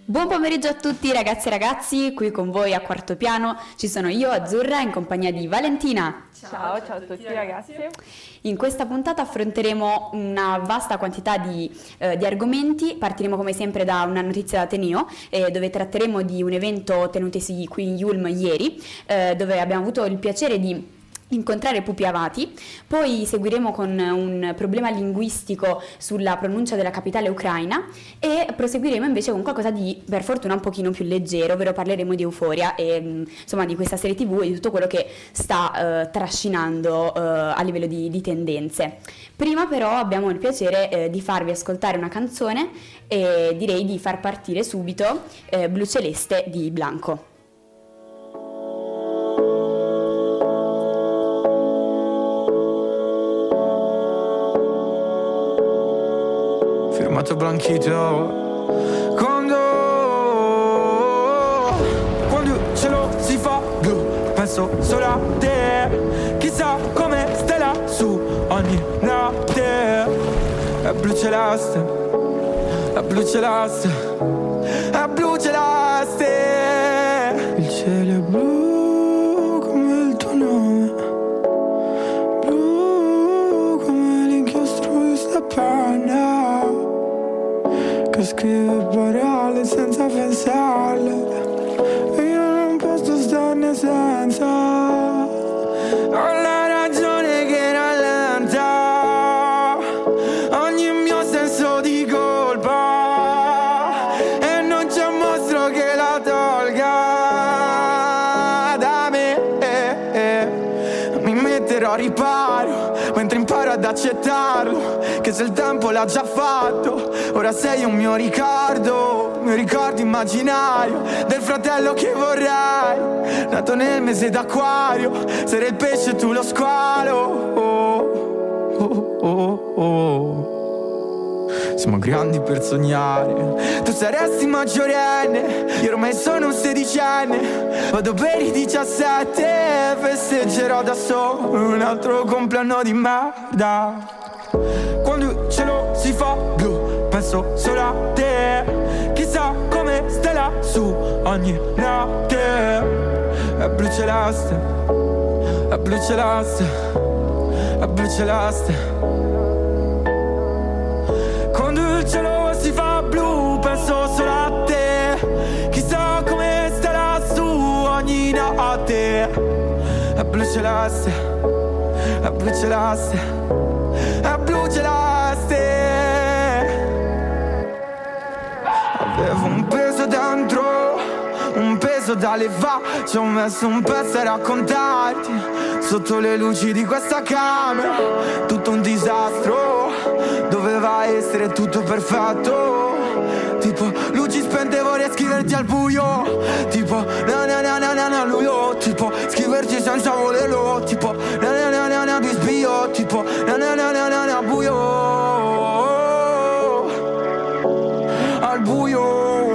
Buon pomeriggio a tutti ragazze e ragazzi, qui con voi a Quarto Piano ci sono io, Azzurra, in compagnia di Valentina. Ciao a tutti ragazzi. In questa puntata affronteremo una vasta quantità di argomenti. Partiremo come sempre da una notizia d'Ateneo, dove tratteremo di un evento tenutesi qui in Yulm ieri, dove abbiamo avuto il piacere di incontrare Pupi Avati. Poi seguiremo con un problema linguistico sulla pronuncia della capitale ucraina e proseguiremo invece con qualcosa di, per fortuna, un pochino più leggero, ovvero parleremo di Euphoria e insomma di questa serie TV e di tutto quello che sta trascinando a livello di tendenze. Prima però abbiamo il piacere di farvi ascoltare una canzone e direi di far partire subito Blu Celeste di Blanco. Firmato Blanchito. Quando il cielo si fa blu, penso solo a te. Chissà come stai lassù ogni notte. È blu celeste, è blu celeste, è blu celeste. Il cielo è blu come il tuo nome, blu come l'inchiostro di sta penna che scrive parole senza pensarle e io non posso starne senza. Ho la ragione che rallenta ogni mio senso di colpa e non c'è un mostro che la tolga da me. Mi metterò a riparo mentre imparo ad accettarlo, che se il tempo l'ha già fatto, ora sei un mio ricordo immaginario del fratello che vorrei, nato nel mese d'acquario, sarei il pesce e tu lo squalo. Siamo grandi per sognare, tu saresti maggiorenne, io ormai sono un sedicenne, vado per i 17, festeggerò da solo un altro compleanno di merda. Quando il cielo si fa blu, penso solo a te. Chissà come stai lassù ogni notte. È blu celeste, è blu celeste, è blu celeste. Quando il cielo si fa blu, penso solo a te. Chissà come stai lassù ogni notte. È blu celeste, è blu celeste, è blu celeste. Avevo un peso dentro, un peso da levare. Ci ho messo un pezzo a raccontarti sotto le luci di questa camera. Tutto un disastro, doveva essere tutto perfetto. Tipo luci spente, vorrei scriverti al buio. Tipo na na na na na na luio. Tipo scriverti senza volerlo. Tipo na na na na na di sbio. Tipo na na na na na na buio. Al buio.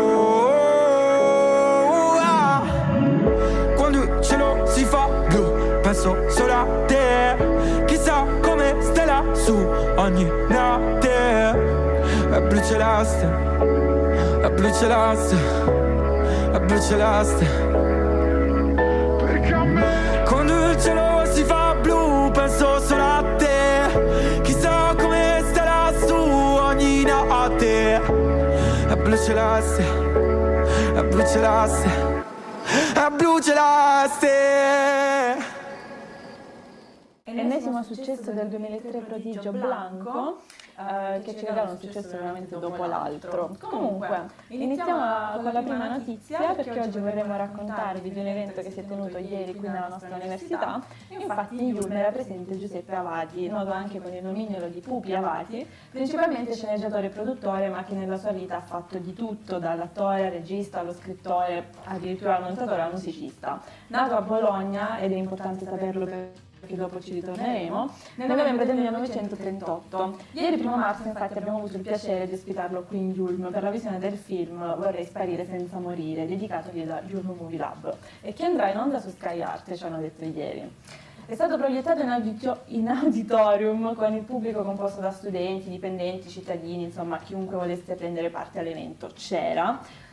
Quando il cielo si fa blu, penso solo a te. Chissà come stai lassù ogni notte. È blu celeste, è blu celeste, è blu celeste. Perché a me quando il cielo si fa blu penso solo a te. Chissà come stai lassù ogni notte. È blu celeste, è blu celeste, è blu celeste. Ennesimo successo del 2003 prodigio Blanco, che ci regala un successo veramente dopo l'altro. Comunque, iniziamo con la prima notizia, perché oggi vorremmo raccontarvi di un evento che si è tenuto ieri qui nella nostra università. Infatti in Yulm era presente Giuseppe Avati, noto anche con il nomignolo di Pupi Avati, principalmente sceneggiatore e produttore, ma che nella sua vita ha fatto di tutto, dall'attore al regista, allo scrittore, addirittura al montatore, al musicista. Nato a Bologna, ed è importante saperlo perché dopo ci ritorneremo, nel novembre del 1938. Ieri 1 marzo infatti abbiamo avuto il piacere di ospitarlo qui in Yulm per la visione del film Vorrei sparire senza morire, dedicatogli da Yulm Movie Lab, e che andrà in onda su Sky Arte, ci hanno detto ieri. È stato proiettato in auditorium con il pubblico composto da studenti, dipendenti, cittadini, insomma chiunque volesse prendere parte all'evento c'era.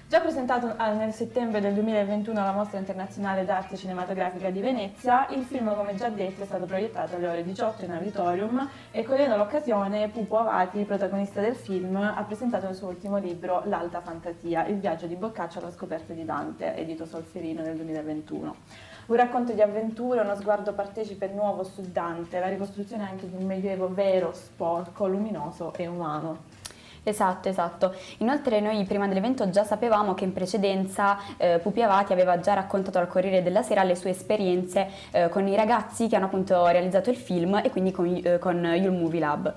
Già presentato nel settembre del 2021 alla Mostra Internazionale d'Arte Cinematografica di Venezia, il film, come già detto, è stato proiettato alle ore 18 in auditorium e, cogliendo l'occasione, Pupo Avati, protagonista del film, ha presentato il suo ultimo libro, L'Alta Fantasia, il viaggio di Boccaccio alla scoperta di Dante, edito Solferino nel 2021. Un racconto di avventure, uno sguardo partecipe e nuovo su Dante, la ricostruzione anche di un medioevo vero, sporco, luminoso e umano. Esatto. Inoltre noi prima dell'evento già sapevamo che in precedenza Pupi Avati aveva già raccontato al Corriere della Sera le sue esperienze con i ragazzi che hanno appunto realizzato il film e quindi con Yule Movie Lab.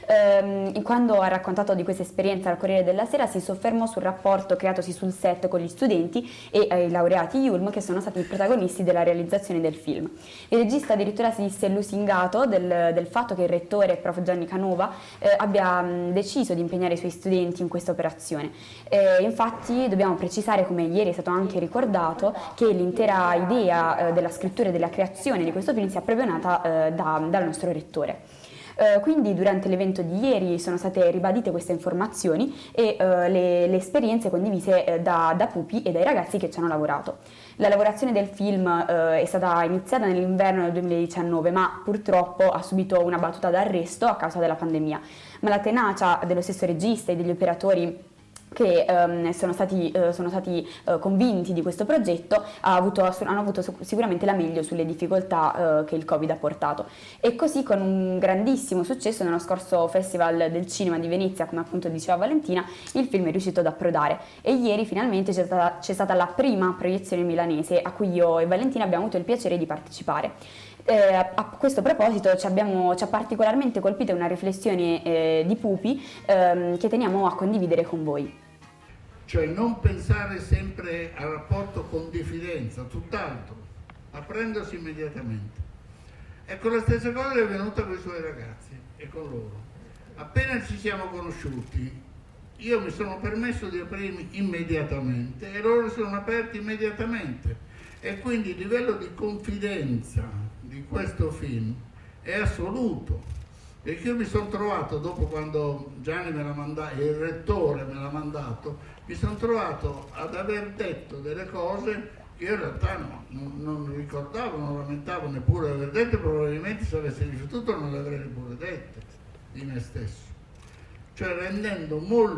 Quando ha raccontato di questa esperienza al Corriere della Sera si soffermò sul rapporto creatosi sul set con gli studenti e i laureati Yulm, che sono stati i protagonisti della realizzazione del film. Il regista addirittura si disse lusingato del fatto che il rettore, prof. Gianni Canova, abbia deciso di impegnare i suoi studenti in questa operazione. Infatti dobbiamo precisare, come ieri è stato anche ricordato, che l'intera idea della scrittura e della creazione di questo film sia proprio nata dal nostro rettore. Quindi durante l'evento di ieri sono state ribadite queste informazioni e le esperienze condivise da Pupi e dai ragazzi che ci hanno lavorato. La lavorazione del film è stata iniziata nell'inverno del 2019, ma purtroppo ha subito una battuta d'arresto a causa della pandemia. Ma la tenacia dello stesso regista e degli operatori che sono stati convinti di questo progetto hanno avuto sicuramente la meglio sulle difficoltà che il Covid ha portato. E così, con un grandissimo successo nello scorso Festival del Cinema di Venezia, come appunto diceva Valentina, il film è riuscito ad approdare e ieri finalmente c'è stata la prima proiezione milanese a cui io e Valentina abbiamo avuto il piacere di partecipare. A questo proposito ci ha particolarmente colpito una riflessione di Pupi che teniamo a condividere con voi. Cioè non pensare sempre al rapporto con diffidenza, tutt'altro, apprendersi immediatamente. Ecco, la stessa cosa è venuta con i suoi ragazzi e con loro. Appena ci siamo conosciuti, io mi sono permesso di aprirmi immediatamente e loro si sono aperti immediatamente. E quindi il livello di confidenza di questo film è assoluto. Perché io mi sono trovato, dopo quando Gianni me l'ha mandato, il rettore me l'ha mandato, mi sono trovato ad aver detto delle cose che io in realtà non ricordavo, non lamentavo neppure di aver detto, probabilmente se avessi rifiutato non le avrei neppure dette di me stesso. Cioè rendendo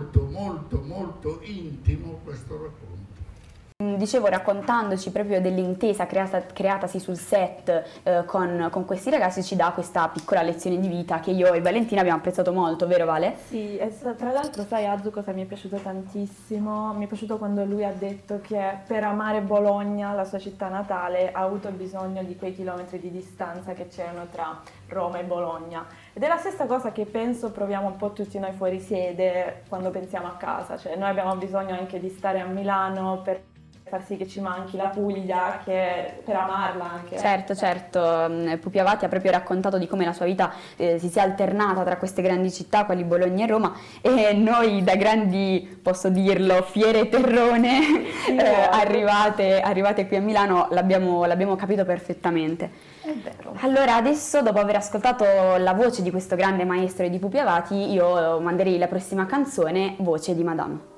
molto intimo questo racconto. Dicevo, raccontandoci proprio dell'intesa creatasi sul set con questi ragazzi, ci dà questa piccola lezione di vita che io e Valentina abbiamo apprezzato molto, vero Vale? Sì, tra l'altro sai Azu cosa mi è piaciuto tantissimo? Mi è piaciuto quando lui ha detto che per amare Bologna, la sua città natale, ha avuto bisogno di quei chilometri di distanza che c'erano tra Roma e Bologna. Ed è la stessa cosa che penso proviamo un po' tutti noi fuori sede quando pensiamo a casa, cioè noi abbiamo bisogno anche di stare a Milano per far sì che ci manchi la Puglia, che per amarla anche. Certo. Pupi Avati ha proprio raccontato di come la sua vita si sia alternata tra queste grandi città, quali Bologna e Roma, e noi da grandi, posso dirlo, fiere terrone, arrivate qui a Milano, l'abbiamo capito perfettamente. È vero. Allora adesso, dopo aver ascoltato la voce di questo grande maestro di Pupi Avati, io manderei la prossima canzone, Voce di Madame.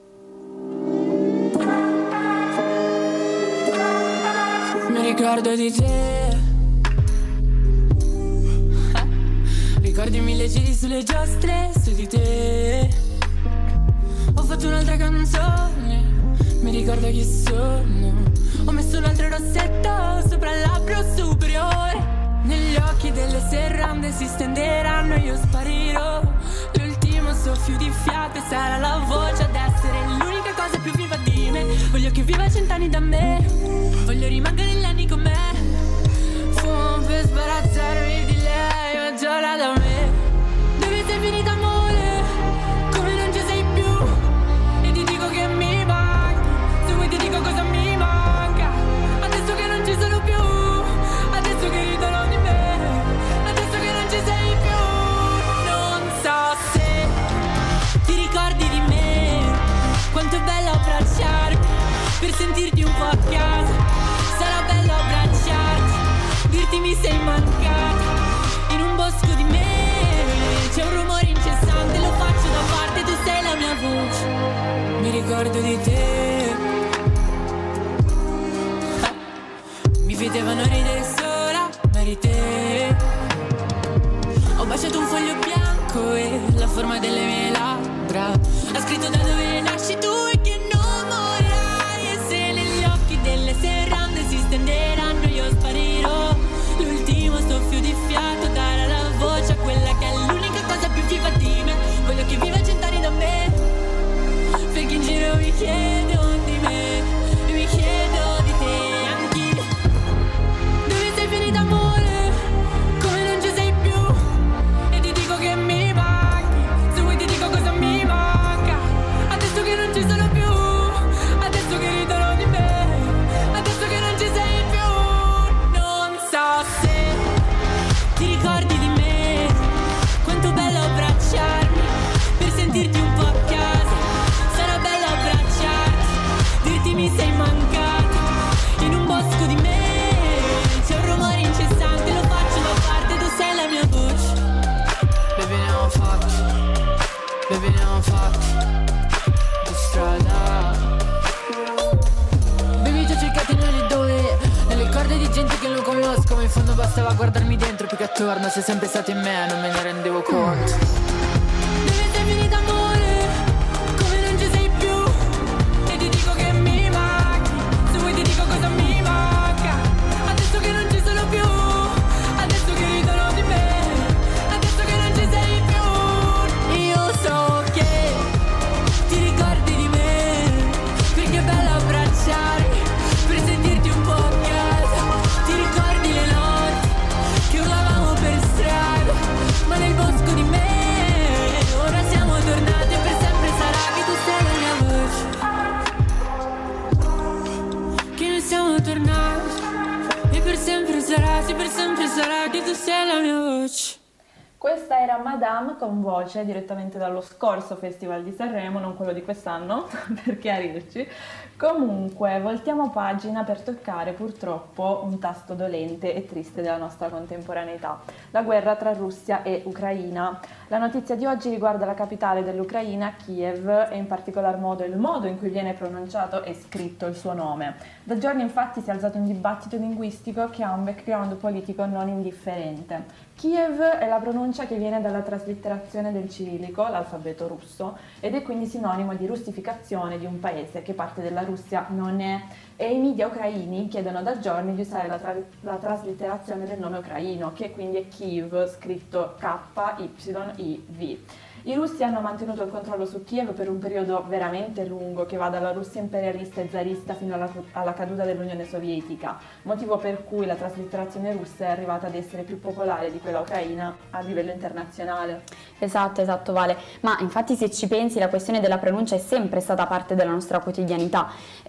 Mi ricordo di te, ricordi mille giri sulle giostre su di te. Ho fatto un'altra canzone, mi ricordo chi sono. Ho messo un altro rossetto sopra il labbro superiore. Negli occhi delle serrande si stenderanno e io sparirò. L'ultimo soffio di fiato sarà la voce ad essere l'unica cosa più viva di me. Voglio che viva 100 anni da me, voglio rimanere gli anni con me. Fumo per sbarazzarmi di lei, ma giora da me. Dove sei finita amore? Come non ci sei più? E ti dico che mi manchi, se vuoi ti dico cosa mi manca. Adesso che non ci sono più, adesso che ridono di me, adesso che non ci sei più. Non so se ti ricordi di me, quanto è bello abbracciarmi per sentirti un po' a casa. Sarà bello abbracciarti, dirti mi sei mancata. In un bosco di me c'è un rumore incessante, lo faccio da parte, tu sei la mia voce. Mi ricordo di te, di te. Ho baciato un foglio bianco e la forma delle mie labbra ha scritto da dove nasci tu e che non morirai. E se negli occhi delle serrande si stenderanno io sparirò. L'ultimo soffio di fiato darà la voce a quella che è l'unica cosa più viva di me. Voglio che viva 100 anni da me, perché in giro mi chiedo di me e mi chiedo di te anche. Dove sei finita amore? Come non ci sei più? E ti dico che mi manchi, se vuoi ti dico cosa mi manca. Adesso che non ci sono più, adesso che ridono di me, adesso che non ci sei più. Non so se ti ricordi di me, quanto bello abbracciarmi per sentirti un po' a casa. Sarà bello abbracciarti, dirti mi sei mancato in un bosco di me. C'è un rumore incessante, lo faccio da parte, tu sei la mia voce. Baby ne ho fatti, baby ne ho fatti di strada. Baby ti ho cercato in ogni dove, nelle corde di gente che non conosco, ma in fondo bastava guardarmi dentro più che attorno. Sei sempre stato in me, non me ne rendevo conto. Dove sei finita amore? Come non ci sei più? E ti dico che mi manchi, se vuoi ti dico cosa mi manca. Adesso che non ci sono più, adesso che ridono di me, adesso che non ci sei più. Io so che ti ricordi di me, perché è bello abbracciarmi per sentirti un po' a casa. Ti ricordi le notti che urlavamo per strada, ma nel bosco di me. Ora siamo tornati e per sempre sarà che tu sei la mia voce. Che noi siamo tornati e per sempre sarà, sì per sempre sarà che tu sei la mia voce. Questa era Madame con voce, direttamente dallo scorso Festival di Sanremo, non quello di quest'anno, per chiarirci. Comunque, voltiamo pagina per toccare purtroppo un tasto dolente e triste della nostra contemporaneità, la guerra tra Russia e Ucraina. La notizia di oggi riguarda la capitale dell'Ucraina, Kiev, e in particolar modo il modo in cui viene pronunciato e scritto il suo nome. Da giorni infatti si è alzato un dibattito linguistico che ha un background politico non indifferente. Kiev è la pronuncia che viene dalla traslitterazione del cirillico, l'alfabeto russo, ed è quindi sinonimo di russificazione di un paese che parte della Russia non è, e i media ucraini chiedono da giorni di usare la traslitterazione del nome ucraino, che quindi è Kyiv, scritto K-Y-I-V. I russi hanno mantenuto il controllo su Kiev per un periodo veramente lungo, che va dalla Russia imperialista e zarista fino alla caduta dell'Unione Sovietica, motivo per cui la traslitterazione russa è arrivata ad essere più popolare di quella ucraina a livello internazionale. Esatto Vale, ma infatti se ci pensi la questione della pronuncia è sempre stata parte della nostra quotidianità,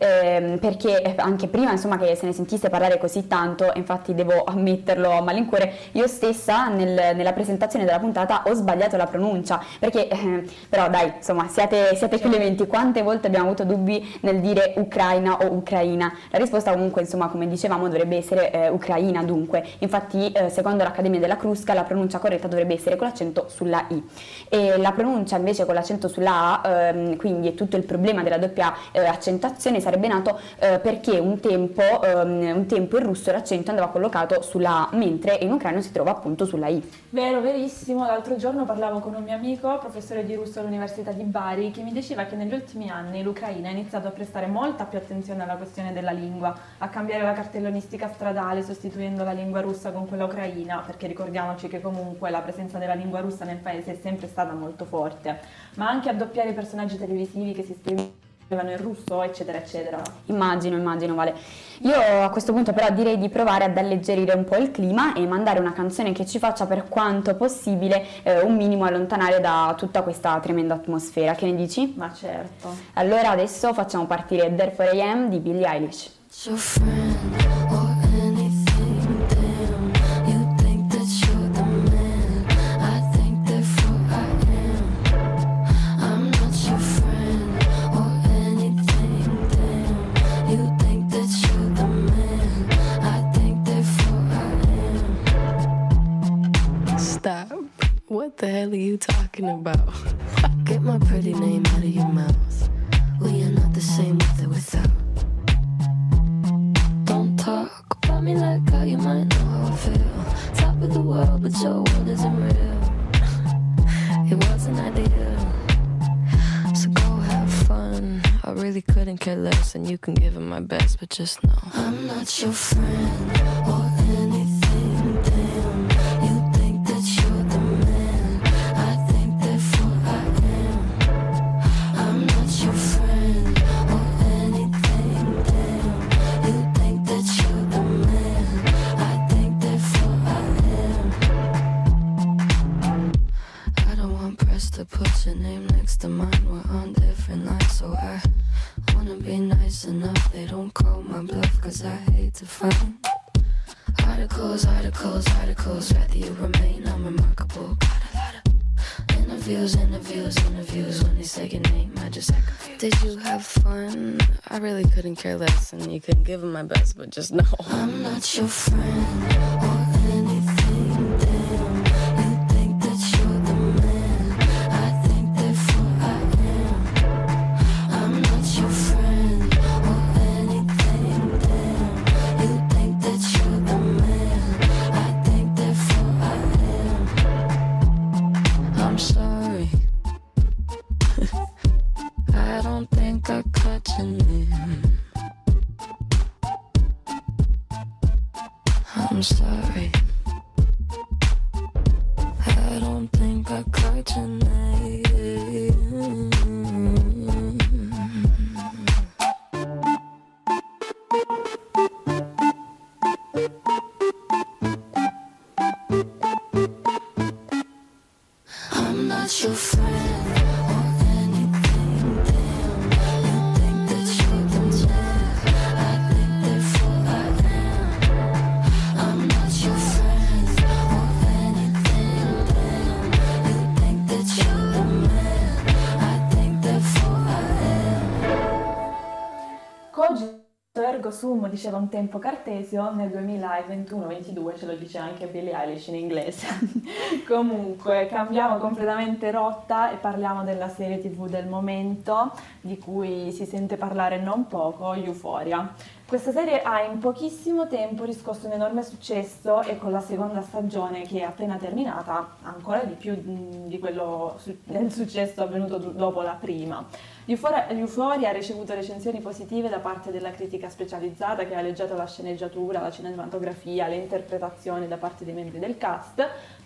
perché anche prima insomma che se ne sentisse parlare così tanto, infatti devo ammetterlo a malincuore, io stessa nella presentazione della puntata ho sbagliato la pronuncia, perché però dai, insomma, siate clementi, quante volte abbiamo avuto dubbi nel dire Ucraina o Ucraina? La risposta comunque, insomma, come dicevamo, dovrebbe essere Ucraina, dunque. Infatti, secondo l'Accademia della Crusca, la pronuncia corretta dovrebbe essere con l'accento sulla I. E la pronuncia invece con l'accento sulla A, quindi è tutto il problema della doppia accentuazione, sarebbe nato perché un tempo in russo l'accento andava collocato sulla A, mentre in ucraino si trova appunto sulla I. Vero, verissimo. L'altro giorno parlavo con un mio amico, professore di russo all'Università di Bari, che mi diceva che negli ultimi anni l'Ucraina ha iniziato a prestare molta più attenzione alla questione della lingua, a cambiare la cartellonistica stradale sostituendo la lingua russa con quella ucraina, perché ricordiamoci che comunque la presenza della lingua russa nel paese è sempre stata molto forte, ma anche a doppiare i personaggi televisivi che si esprimevano in russo, eccetera eccetera. Immagino Vale. Io a questo punto però direi di provare ad alleggerire un po' il clima e mandare una canzone che ci faccia per quanto possibile un minimo allontanare da tutta questa tremenda atmosfera. Che ne dici? Ma certo. Allora adesso facciamo partire Therefore I Am di Billie Eilish. What the hell are you talking about? Get my pretty name out of your mouth. We are not the same with or without. Don't talk about me like how you might know how I feel. with the world, but your world isn't real. It wasn't ideal. So go have fun. I really couldn't care less, and you can give it my best, but just know I'm not your friend or anything. Damn, you think that you're the man. I think therefore I am. I'm not your friend or anything. Damn, you think that you're the man. I think therefore I am. I don't want press to put your name next to mine. We're on different lines, so I wanna be nice enough. They don't call my bluff, cause I hate to find articles, rather you remain unremarkable. Got a lot of interviews. When they say your name, I just act confused. Did you have fun? I really couldn't care less, and you couldn't give them my best, but just know I'm not your friend or anything. Damn, you think that you're the man. I think therefore I am. I'm not your friend or anything. Damn, you think that you're the man. I think therefore I am. I'm sorry. I don't think I caught your name. I'm sorry. I don't think I caught your name. I'm not your friend or anything. Damn, you think that you're the man. I think therefore I am. I'm not your friend or anything. Damn, you think that you're the man. I think therefore I am. Cogito ergo sum, diceva un tempo Cartesio, nel 2021-22 ce lo dice anche Billie Eilish in inglese. Comunque cambiamo completamente rotta e parliamo della serie TV del momento, di cui si sente parlare non poco, Euphoria. Questa serie ha in pochissimo tempo riscosso un enorme successo e con la seconda stagione, che è appena terminata, ancora di più di quello del successo avvenuto dopo la prima. Euphoria ha ricevuto recensioni positive da parte della critica specializzata, che ha elogiato la sceneggiatura, la cinematografia, le interpretazioni da parte dei membri del cast,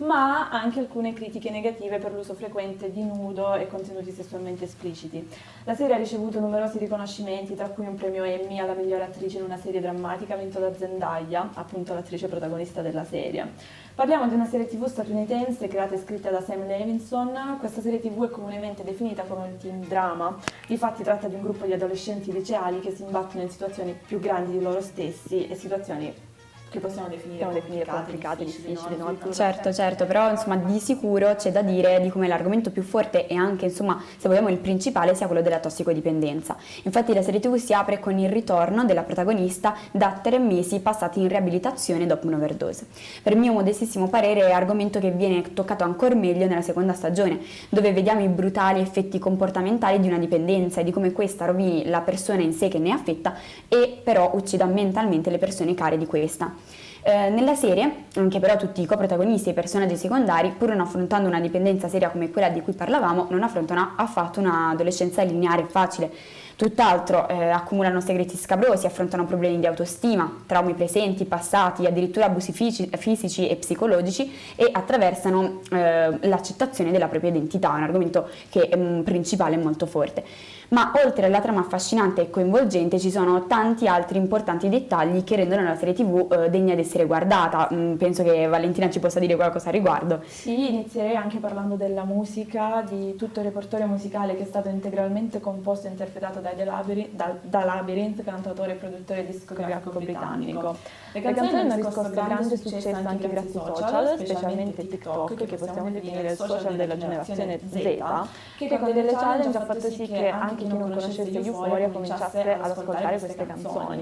ma anche alcune critiche negative per l'uso frequente di nudo e contenuti sessualmente espliciti. La serie ha ricevuto numerosi riconoscimenti, tra cui un premio Emmy alla migliore attrice in una serie drammatica vinto da Zendaya, appunto l'attrice protagonista della serie. Parliamo di una serie TV statunitense creata e scritta da Sam Levinson. Questa serie TV è comunemente definita come un teen drama. Difatti tratta di un gruppo di adolescenti liceali che si imbattono in situazioni più grandi di loro stessi e situazioni che possiamo definire complicate, difficili, no? Certo, però insomma di sicuro c'è da dire di come l'argomento più forte e anche insomma se vogliamo il principale sia quello della tossicodipendenza. Infatti la serie TV si apre con il ritorno della protagonista da 3 mesi passati in riabilitazione dopo un'overdose. Per mio modestissimo parere è argomento che viene toccato ancora meglio nella seconda stagione, dove vediamo i brutali effetti comportamentali di una dipendenza e di come questa rovini la persona in sé che ne è affetta e però uccida mentalmente le persone care di questa. Nella serie, anche però tutti i coprotagonisti e i personaggi secondari, pur non affrontando una dipendenza seria come quella di cui parlavamo, non affrontano affatto un'adolescenza lineare e facile. Tutt'altro, accumulano segreti scabrosi, affrontano problemi di autostima, traumi presenti, passati, addirittura abusi fisici e psicologici e attraversano l'accettazione della propria identità, un argomento che è principale e molto forte. Ma oltre alla trama affascinante e coinvolgente ci sono tanti altri importanti dettagli che rendono la serie TV degna di essere guardata. Penso che Valentina ci possa dire qualcosa a riguardo. Sì, inizierei anche parlando della musica, di tutto il repertorio musicale che è stato integralmente composto e interpretato da Labyrinth, cantautore e produttore discografico britannico. Le canzoni hanno riscosso grande successo anche grazie ai social, specialmente TikTok, che possiamo definire il social della generazione Z, che con delle challenge ha fatto sì che anche chi non conoscesse Euphoria cominciasse ad ascoltare queste canzoni.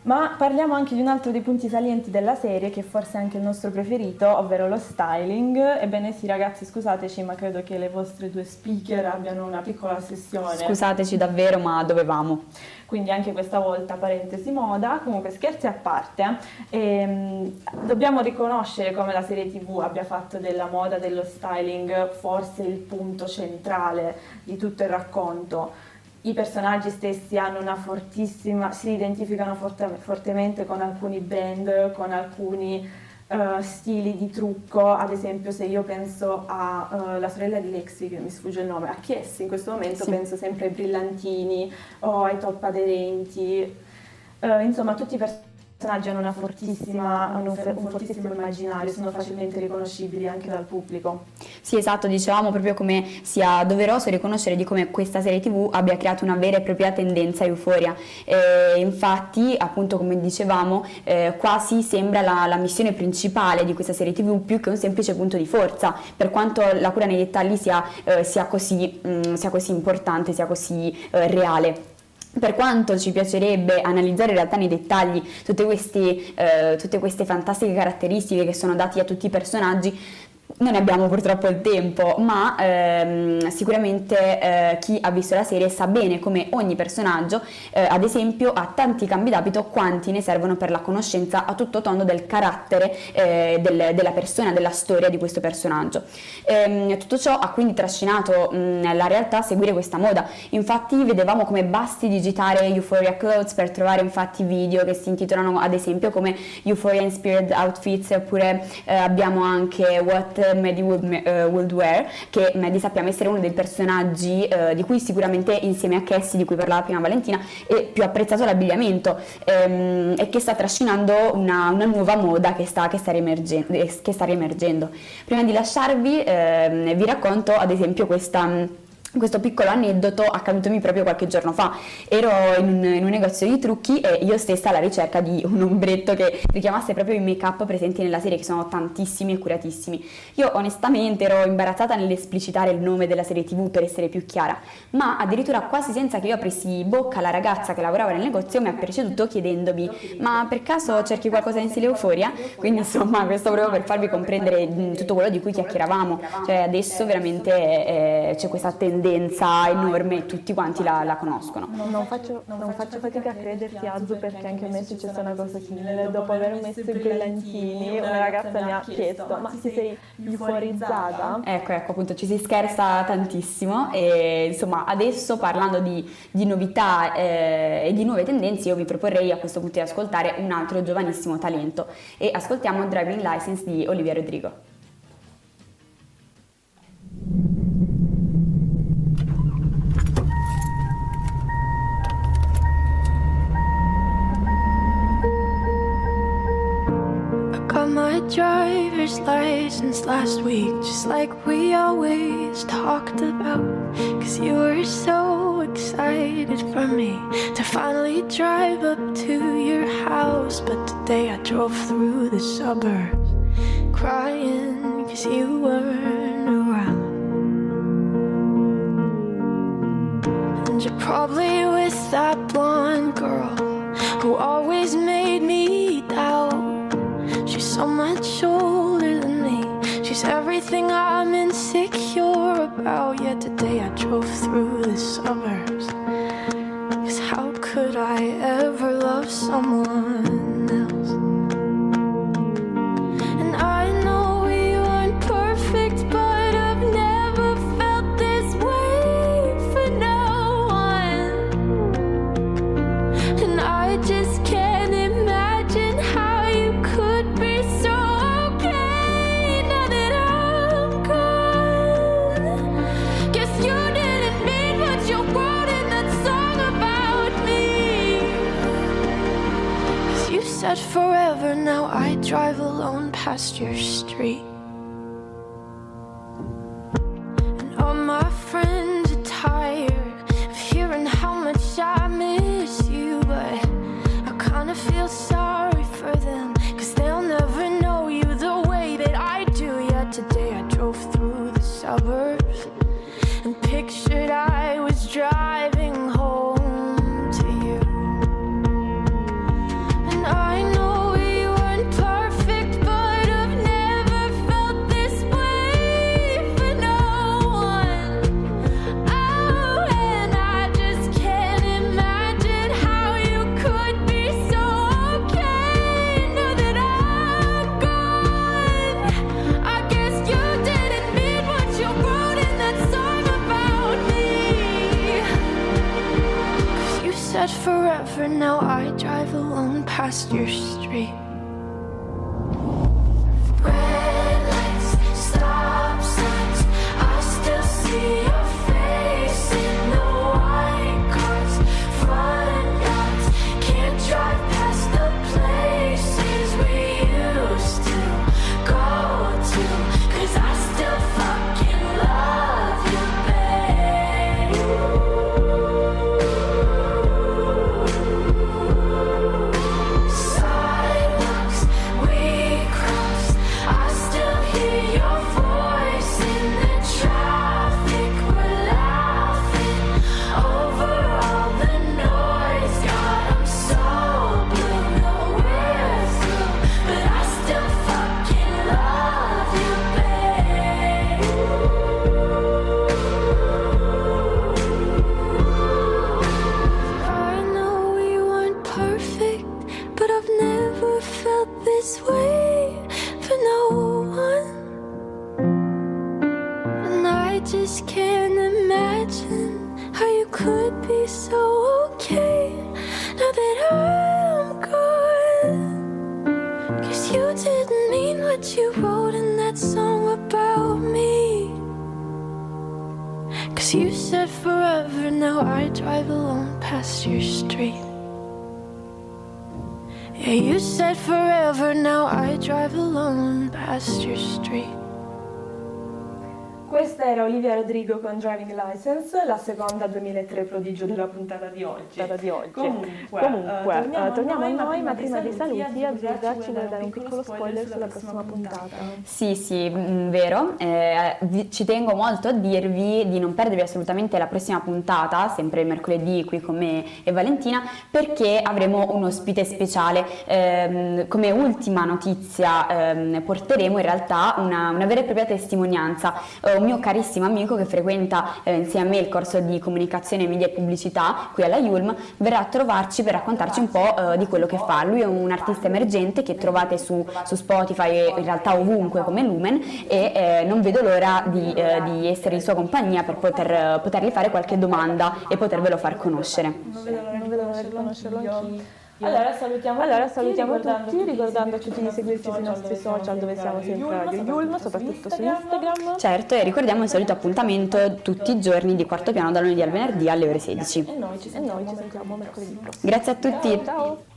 Ma parliamo anche di un altro dei punti salienti della serie, che forse è anche il nostro preferito, ovvero lo styling. Ebbene sì ragazzi, scusateci, ma credo che le vostre due speaker abbiano una piccola sessione. Scusateci davvero, ma dovevamo. Quindi anche questa volta parentesi moda. Comunque scherzi a parte, dobbiamo riconoscere come la serie TV abbia fatto della moda, dello styling forse il punto centrale di tutto il racconto. I personaggi stessi hanno una fortissima, si identificano fortemente con alcuni brand, con alcuni stili di trucco. Ad esempio, se io penso a la sorella di Lexi, che mi sfugge il nome, a Kies in questo momento, sì, penso sempre ai brillantini o ai top aderenti. Insomma, tutti i personaggi hanno un fortissimo immaginario, sono facilmente riconoscibili anche dal pubblico. Sì, esatto, dicevamo proprio come sia doveroso riconoscere di come questa serie TV abbia creato una vera e propria tendenza euforia. Infatti, appunto, come dicevamo, quasi sembra la missione principale di questa serie TV più che un semplice punto di forza, per quanto la cura nei dettagli sia così importante, sia così reale. Per quanto ci piacerebbe analizzare in realtà nei dettagli tutte queste fantastiche caratteristiche che sono date a tutti i personaggi, non ne abbiamo purtroppo il tempo, ma sicuramente chi ha visto la serie sa bene come ogni personaggio, ad esempio, ha tanti cambi d'abito quanti ne servono per la conoscenza a tutto tondo del carattere della persona, della storia di questo personaggio. Tutto ciò ha quindi trascinato la realtà a seguire questa moda. Infatti vedevamo come basti digitare Euphoria Clothes per trovare infatti video che si intitolano ad esempio come Euphoria Inspired Outfits, oppure abbiamo anche What Maddie would wear, che Maddie sappiamo essere uno dei personaggi di cui sicuramente, insieme a Cassie, di cui parlava prima Valentina, è più apprezzato l'abbigliamento, e che sta trascinando una nuova moda che sta riemergendo. Prima di lasciarvi vi racconto ad esempio questo piccolo aneddoto accadutomi proprio qualche giorno fa. Ero in un negozio di trucchi e io stessa alla ricerca di un ombretto che richiamasse proprio i make-up presenti nella serie, che sono tantissimi e curatissimi. Io onestamente ero imbarazzata nell'esplicitare il nome della serie TV per essere più chiara, ma addirittura quasi senza che io aprissi bocca, la ragazza che lavorava nel negozio mi ha preceduto chiedendomi: ma per caso cerchi qualcosa in stile Euphoria? Quindi insomma, questo proprio per farvi comprendere tutto quello di cui chiacchieravamo. Cioè adesso veramente c'è questa tendenza enorme e tutti quanti la conoscono. Non faccio fatica a crederti, Azu, perché anche a me è successa una cosa simile. Dopo aver messo i brillantini, una ragazza mi ha chiesto: ma ti sei euforizzata? Ecco, appunto, ci si scherza tantissimo e insomma adesso, parlando di novità e di nuove tendenze, io vi proporrei a questo punto di ascoltare un altro giovanissimo talento, e ascoltiamo Driving License di Olivia Rodrigo. My driver's license last week, just like we always talked about. 'Cause you were so excited for me to finally drive up to your house. But today I drove through the suburbs crying 'cause you weren't around. And you're probably with that blonde girl who always made me doubt. She's so much older than me. She's everything I'm insecure about. Yet today I drove through the suburbs. 'Cause how could I ever love someone else? And I know we weren't perfect, but I've never felt this way for no one. And I just can't imagine how you could be so okay now that I'm gone. Guess you didn't mean what you wrote in that song about me. 'Cause you said forever, now I drive alone past your street. And all my friends are tired of hearing how much I miss you, but I kinda feel sorry for them, 'cause they'll never know you the way that I do. Yet today I drove through the suburbs and pictured I was driving home to you. now I drive alone past your street. Red lights, stop signs, I still see your face in the white cars, front yards, can't drive past the places we used to go to, 'cause I still fucking love you, babe. Sidewalks we cross, I still hear your voice in the traffic. We're laughing over all the noise. God, I'm so blue, no we're through, but I still fucking love you, babe. I know we weren't perfect, but I've never felt this way for no one. And I just can't imagine how you could be so okay now that I'm gone. 'Cause you didn't mean what you wrote in that song about me. 'Cause you said forever, now I drive alone past your street. Yeah, you said forever, now I drive alone past your street. Questa era Olivia Rodrigo con Driving License, la seconda 2003 prodigio della puntata di oggi. Comunque, torniamo a noi, ma prima dei saluti Azzurra ci vuole dare un piccolo spoiler sulla prossima puntata. Sì, vero. Ci tengo molto a dirvi di non perdervi assolutamente la prossima puntata, sempre mercoledì qui con me e Valentina, perché avremo un ospite speciale. Come ultima notizia porteremo in realtà una vera e propria testimonianza. Un mio carissimo amico che frequenta insieme a me il corso di comunicazione, media e pubblicità qui alla Yulm verrà a trovarci per raccontarci un po' di quello che fa. Lui è un artista emergente che trovate su Spotify e in realtà ovunque come Lumen, e non vedo l'ora di essere in sua compagnia per potergli fare qualche domanda e potervelo far conoscere. Non vedo l'ora di conoscerlo anch'io. Allora salutiamo tutti, ricordandoci di seguirci sui nostri social dove siamo sempre Radio Yulm, soprattutto su Instagram. Certo, e ricordiamo il solito appuntamento tutti i giorni di Quarto Piano dal lunedì al venerdì alle ore 16. E noi ci sentiamo mercoledì prossimo. Grazie a tutti. Ciao.